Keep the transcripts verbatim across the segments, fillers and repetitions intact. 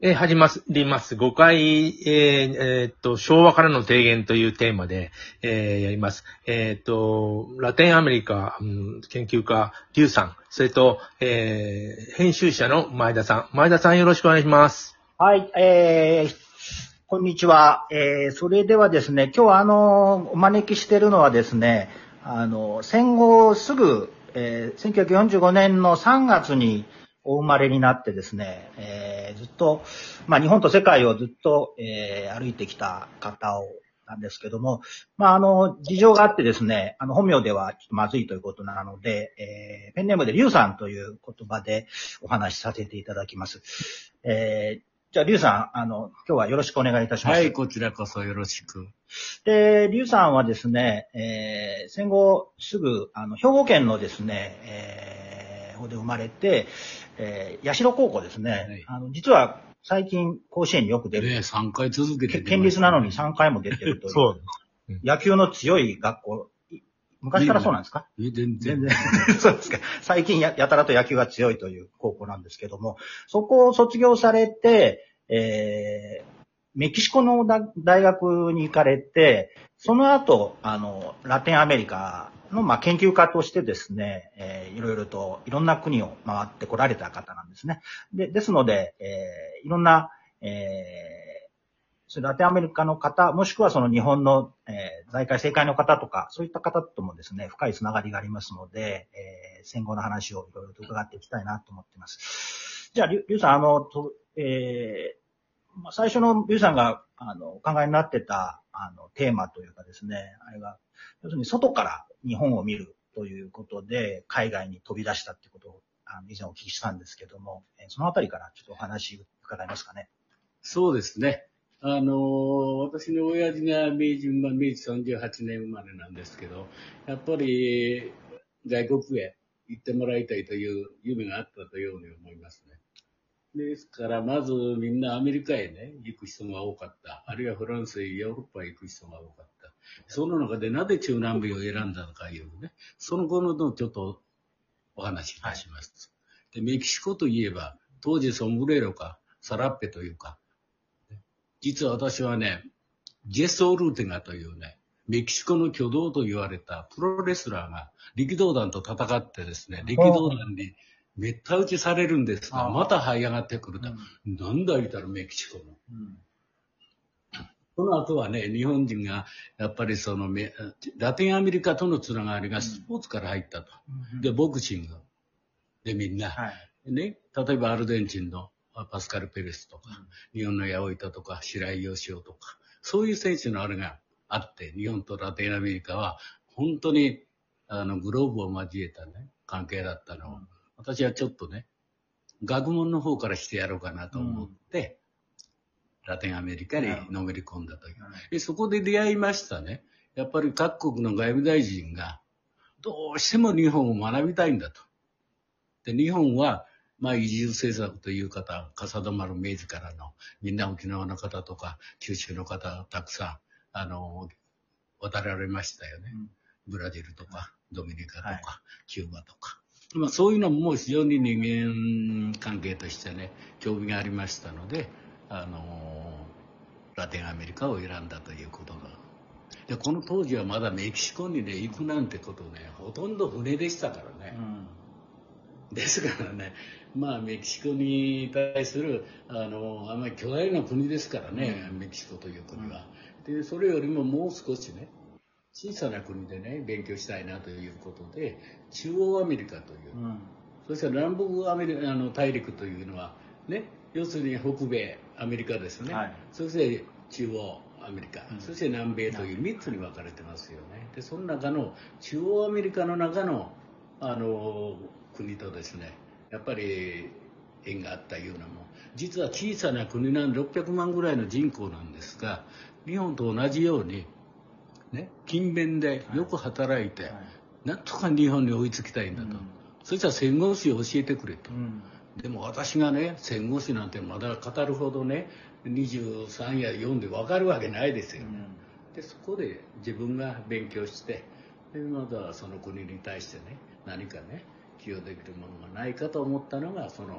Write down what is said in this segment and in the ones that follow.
えー始まります。ごかい、えーえーっと、昭和からの提言というテーマで、えーやります。えーっと、ラテンアメリカ、うん、研究家、リュウさん、それと、えー編集者の前田さん。前田さんよろしくお願いします。 はい、えー、こんにちは。えー、それではですね、今日はあの、お招きしているのはですね、あの、戦後すぐ、えー、せんきゅうひゃくよんじゅうごねんのさんがつにお生まれになってですね、えー、ずっと、まあ日本と世界をずっと、えー、歩いてきた方を、なんですけども、まああの、事情があってですね、あの、本名ではちょっとまずいということなので、えー、ペンネームでリュウさんという言葉でお話しさせていただきます。えーじゃあ、リュウさん、あの、今日はよろしくお願いいたします。 はい、こちらこそよろしく。 で、リュウさんはですね、えー、戦後すぐ、あの、兵庫県のですね、えー、方で生まれて、えー、社高校ですね、はい、あの、実は最近甲子園によく出る。 ね、さんかい続けて出ましたね、 県立なのにさんかいも出てるという。そう。野球の強い学校。昔からそうなんですか？ いや、全然。 全然。そうですか。最近ややたらと野球が強いという高校なんですけども、そこを卒業されて、えー、メキシコの大学に行かれて、その後、あの、ラテンアメリカの、まあ、研究家としてですね、えー、いろいろといろんな国を回ってこられた方なんですね。で、ですので、えー、いろんな、えーラテンアメリカの方、もしくはその日本の、えー、財界、政界の方とか、そういった方ともですね、深いつながりがありますので、えー、戦後の話をいろいろと伺っていきたいなと思っています。じゃあ、リュウさん、あの、とえー、最初のリュウさんが、あの、お考えになってた、あの、テーマというかですね、あれが、要するに外から日本を見るということで、海外に飛び出したっていうことを、あの、以前お聞きしたんですけども、そのあたりからちょっとお話伺いますかね。 そうですね。あの、私の親父が明治、まあ、明治さんじゅうはちねん生まれなんですけど、やっぱり外国へ行ってもらいたいという夢があったというように思いますね。ですから、まずみんなアメリカへね、行く人が多かった。あるいはフランスへ、ヨーロッパへ行く人が多かった。その中でなぜ中南米を選んだのかいうね、その頃のちょっとお話しいたします。はい、で、メキシコといえば、当時ソンブレロか、サラッペというか、実は私はね、ジェス・オルーテガというね、メキシコの巨頭と言われたプロレスラーが力道団と戦ってですね、力道団にめった打ちされるんですが、また這い上がってくると。うん、なんだ言ったらメキシコの。うん、その後はね、日本人がやっぱりそのラテンアメリカとのつながりがスポーツから入ったと。うん、で、ボクシング。で、みんな。はい、ね、例えばアルゼンチンのパスカル・ペレスとか、うん、日本の八百板とか、白井義雄とか、そういう選手のあれがあって、日本とラテンアメリカは本当にあのグローブを交えたね、関係だったのを、うん、私はちょっとね、学問の方からしてやろうかなと思って、うん、ラテンアメリカにのめり込んだという、うん、で。そこで出会いましたね。やっぱり各国の外務大臣が、どうしても日本を学びたいんだと。で、日本は、まあ、移住政策という方、笠戸丸明治からの、みんな沖縄の方とか、九州の方、たくさん、あの、渡られましたよね。うん、ブラジルとか、ドミニカとか、はい、キューバとか。まあ、そういうのも非常に人間関係としてね、興味がありましたので、あの、ラテンアメリカを選んだということが。で、この当時はまだメキシコにね、行くなんてことね、ほとんど船でしたからね。うん、ですからね、まあメキシコに対するあのあんまり巨大な国ですからね、うん、メキシコという国は。で、それよりももう少しね、小さな国でね、勉強したいなということで、中央アメリカという、うん、そして南北アメリカあの大陸というのはね、要するに北米アメリカですね。はい、そして中央アメリカ、うん、そして南米というみっつに分かれてますよね。で、その中の中央アメリカの中のあの国とですね、やっぱり縁があったようなもん。実は小さな国なんでろっぴゃくまんぐらいの人口なんですが、日本と同じようにね、勤勉でよく働いて、はいはい、なんとか日本に追いつきたいんだと。うん、そしたら戦後史を教えてくれと。うん、でも私がね、戦後史なんてまだ語るほどね、にじゅうさんやよんで分かるわけないですよね。うん、で、そこで自分が勉強して、でまだその国に対してね、何かね、寄与できるものがないかと思ったのが、その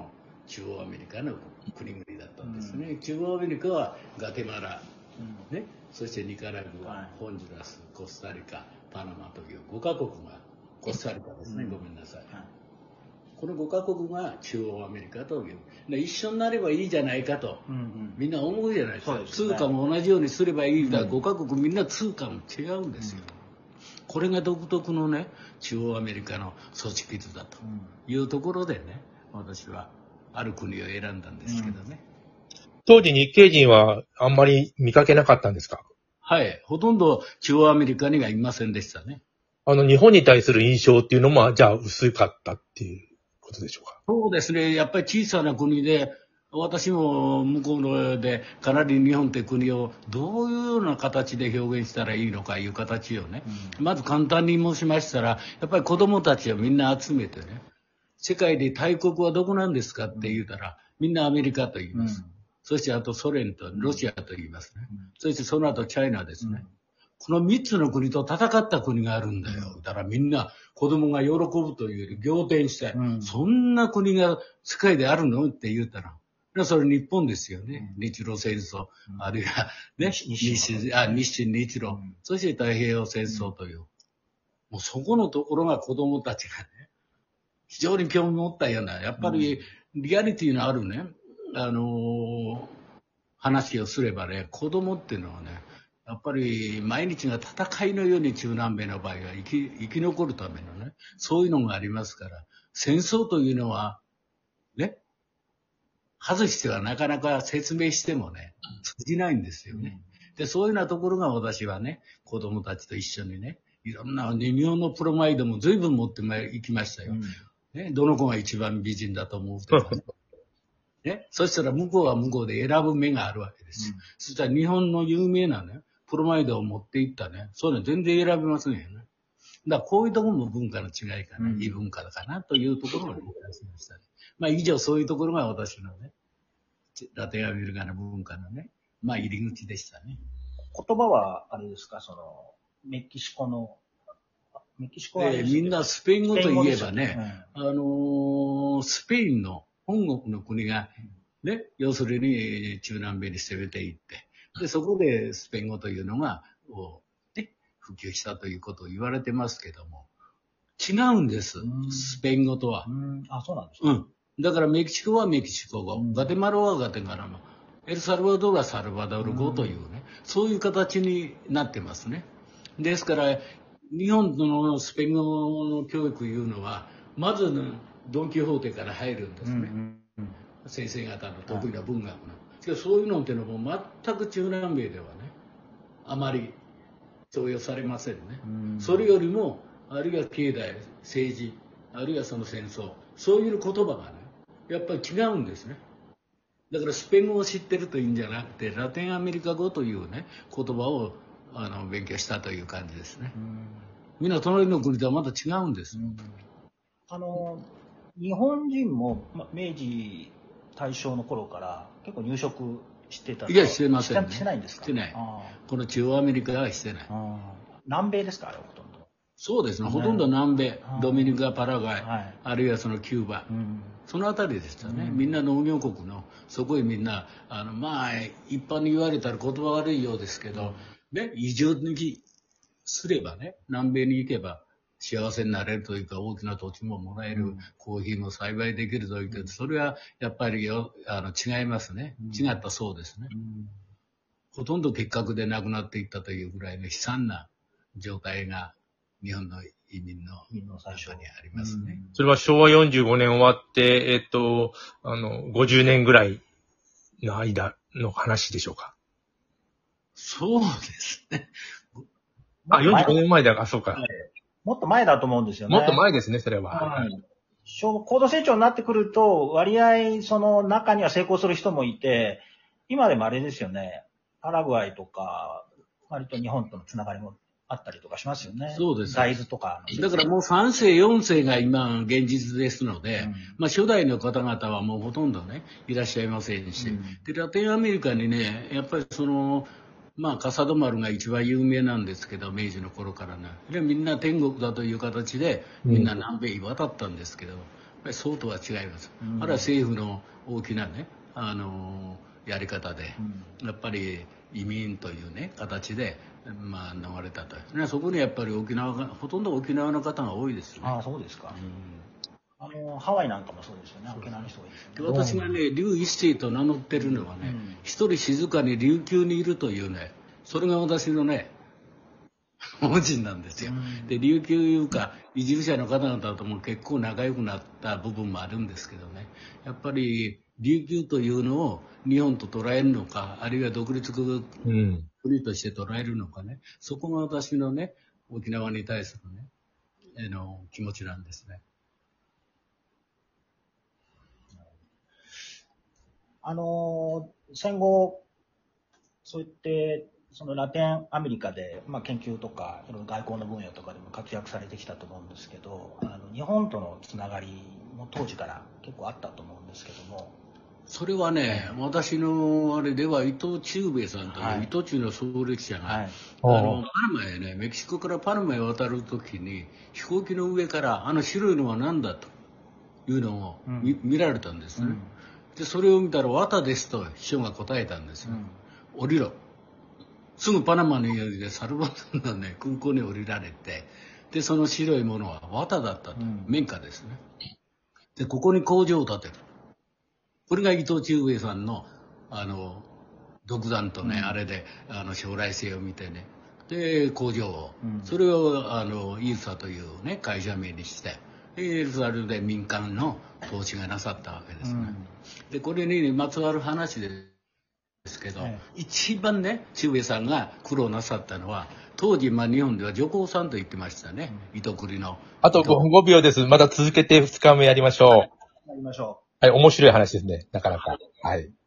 中央アメリカの国々だったんですね。うん、中央アメリカはガテマラ、うん、ね、そしてニカラグア、はい、ホンジュラス、コスタリカ、パナマというごカ国が、コスタリカですね、うん、ごめんなさい。はい、このごカ国が中央アメリカという。一緒になればいいじゃないかと、うんうん、みんな思うじゃないですか。ですね、通貨も同じようにすればいいだ、うん、ごカ国みんな通貨も違うんですよ。うん、これが独特のね、中央アメリカの組織図だというところでね、私はある国を選んだんですけどね。 うん、当時日系人はあんまり見かけなかったんですか？ はい。ほとんど中央アメリカにはいませんでしたね。 あの、日本に対する印象っていうのも、じゃあ薄かったっていうことでしょうか？ そうですね。やっぱり小さな国で、私も向こうのでかなり日本という国をどういうような形で表現したらいいのかいう形をね、うん、まず簡単に申しましたら、やっぱり子供たちをみんな集めてね、世界で大国はどこなんですかって言うたら、みんなアメリカと言います。うん、そしてあとソ連とロシアと言いますね。うん、そしてその後チャイナですね。うん、この三つの国と戦った国があるんだよ。だからみんな子供が喜ぶというより仰天して、うん、そんな国が世界であるのって言ったら、それ日本ですよね。うん、日露戦争、うん、あるいはね、日清、あ、日清日露、うん、そして太平洋戦争という、うん、もうそこのところが子供たちがね、非常に興味持ったような、やっぱりリアリティのあるね、あのー、話をすればね、子供っていうのはね、やっぱり毎日が戦いのように中南米の場合は生き、生き残るためのね、そういうのがありますから、戦争というのは、ね、外してはなかなか説明してもね、通じないんですよね。で、そういうようなところが私はね、子供たちと一緒にね、いろんな日本のプロマイドも随分持っていきましたよ。うん、ね、どの子が一番美人だと思うとかね。ね、そしたら向こうは向こうで選ぶ目があるわけですよ。うん、そしたら日本の有名なね、プロマイドを持っていったね、そういうの全然選びませんよね。だからこういうところも文化の違いかな、うん、異文化だかなというところを理解しましたね。まあ以上そういうところが私のね、ラテンアメリカの文化のね、まあ入り口でしたね。 言葉はあれですか、その、メキシコの、メキシコは、 えー、みんなスペイン語といえばね、うん、あのー、スペインの本国の国が、ね、うん、要するに中南米に攻めていって、で、そこでスペイン語というのが、ね、普及したということを言われてますけども、違うんです、スペイン語とは。 うん、あ、そうなんですか。 うん。だからメキシコはメキシコ語、うん、ガテマラはガテマラ語、エルサルバドルはサルバドル語というね、うん、そういう形になってますね。ですから、日本のスペイン語の教育いうのは、まず、ね、ドン・キホーテから入るんですね。うんうん、先生方の得意な文学の。はい、そういうのっていうのも全く中南米ではね、あまり徴用されませんね。うん、それよりも、あるいは経済、政治、あるいはその戦争、そういう言葉がね、やっぱり違うんですね。だからスペイン語を知ってるといいんじゃなくて、ラテンアメリカ語というね、言葉をあの勉強したという感じですね。みんな隣の国とはまた違うんです。 あの、日本人も、ま、明治大正の頃から結構入植してた。 いや、してません、ね。 してないんですか？ してない。この中央アメリカはしてない。 南米ですか、あれはほとんど。 そうですね。ほとんど南米、ドミニカ、パラグアイ、はい、あるいはそのキューバ、うん、そのあたりでしたね。うん、みんな農業国の、そこへみんな、あの、まあ、一般に言われたら言葉悪いようですけど、うん、ね、移住にすればね、南米に行けば幸せになれるというか、大きな土地ももらえる、うん、コーヒーも栽培できるというか、それはやっぱりよあの違いますね。違ったそうですね。ほとんど結核で亡くなっていったというぐらいの悲惨な状態が、日本の移民の最初にありますね。 うん、それはしょうわよんじゅうごねん終わって、えっと、あの、ごじゅうねんぐらいの間の話でしょうか。 そうですね。 あ、よんじゅうごねんまえだから、そうか。 もっと前だと思うんですよね。 もっと前ですね、それは。 うん、高度成長になってくると、割合、その中には成功する人もいて、今でもあれですよね、パラグアイとか、割と日本とのつながりもあったりとかしますよね。 そうです。 大豆とか。 だからもうさん世、よん世が今現実ですので、うん、まあ初代の方々はもうほとんどね、いらっしゃいませんし、うん、で、ラテンアメリカにね、やっぱりその、まあ、笠戸丸が一番有名なんですけど、明治の頃からね。で、みんな天国だという形で、みんな南米に渡ったんですけど、やっぱりそうとは違います。うん、あるいは政府の大きなね、あのー、やり方で、うん、やっぱり移民というね、形で、まあ、逃れたと。そこにやっぱり沖縄が、ほとんど沖縄の方が多いですよね。 ああ、そうですか。うん、あの、ハワイなんかもそうですよね。沖縄の人がいいですよね。私がね、竜一世と名乗ってるのはね、一、うん、人静かに琉球にいるというね、それが私のね、本心なんですよ。うん、で、琉球いうか、移住者の方々とも結構仲良くなった部分もあるんですけどね、やっぱり琉球というのを日本と捉えるのか、あるいは独立国として捉えるのかね、そこが私のね、沖縄に対するね、あの、気持ちなんですね。 あの、戦後、そういって、そのラテンアメリカで、まあ、研究とか、いろいろ外交の分野とかでも活躍されてきたと思うんですけど、あの日本とのつながりも当時から結構あったと思うんですけども。 それはね、私のあれでは伊藤忠兵衛さんという、はい、伊藤忠の創立者が、はい、あのパナマへね、メキシコからパナマへ渡るときに飛行機の上からあの白いのは何だというのを 見,、うん、見られたんですね、うん、でそれを見たら綿ですと秘書が答えたんですよ、うん、降りろ、すぐパナマの家でサルバドールのね空港に降りられて、でその白いものは綿だったと、うん、綿花ですね。でここに工場を建てる。これが伊藤忠兵衛さんの、あの、独断とね、うん、あれで、あの、将来性を見てね。で、工場を、うん、それを、あの、イーサというね、会社名にして、で、それで民間の投資がなさったわけですね。うん、で、これにまつわる話ですけど、はい、一番ね、忠兵衛さんが苦労なさったのは、当時、まあ、日本では女工さんと言ってましたね。うん、糸繰りの。 あとごびょうです。また続けてふつかめやりましょう。 やりましょう。 はい、面白い話ですね。なかなか。はい。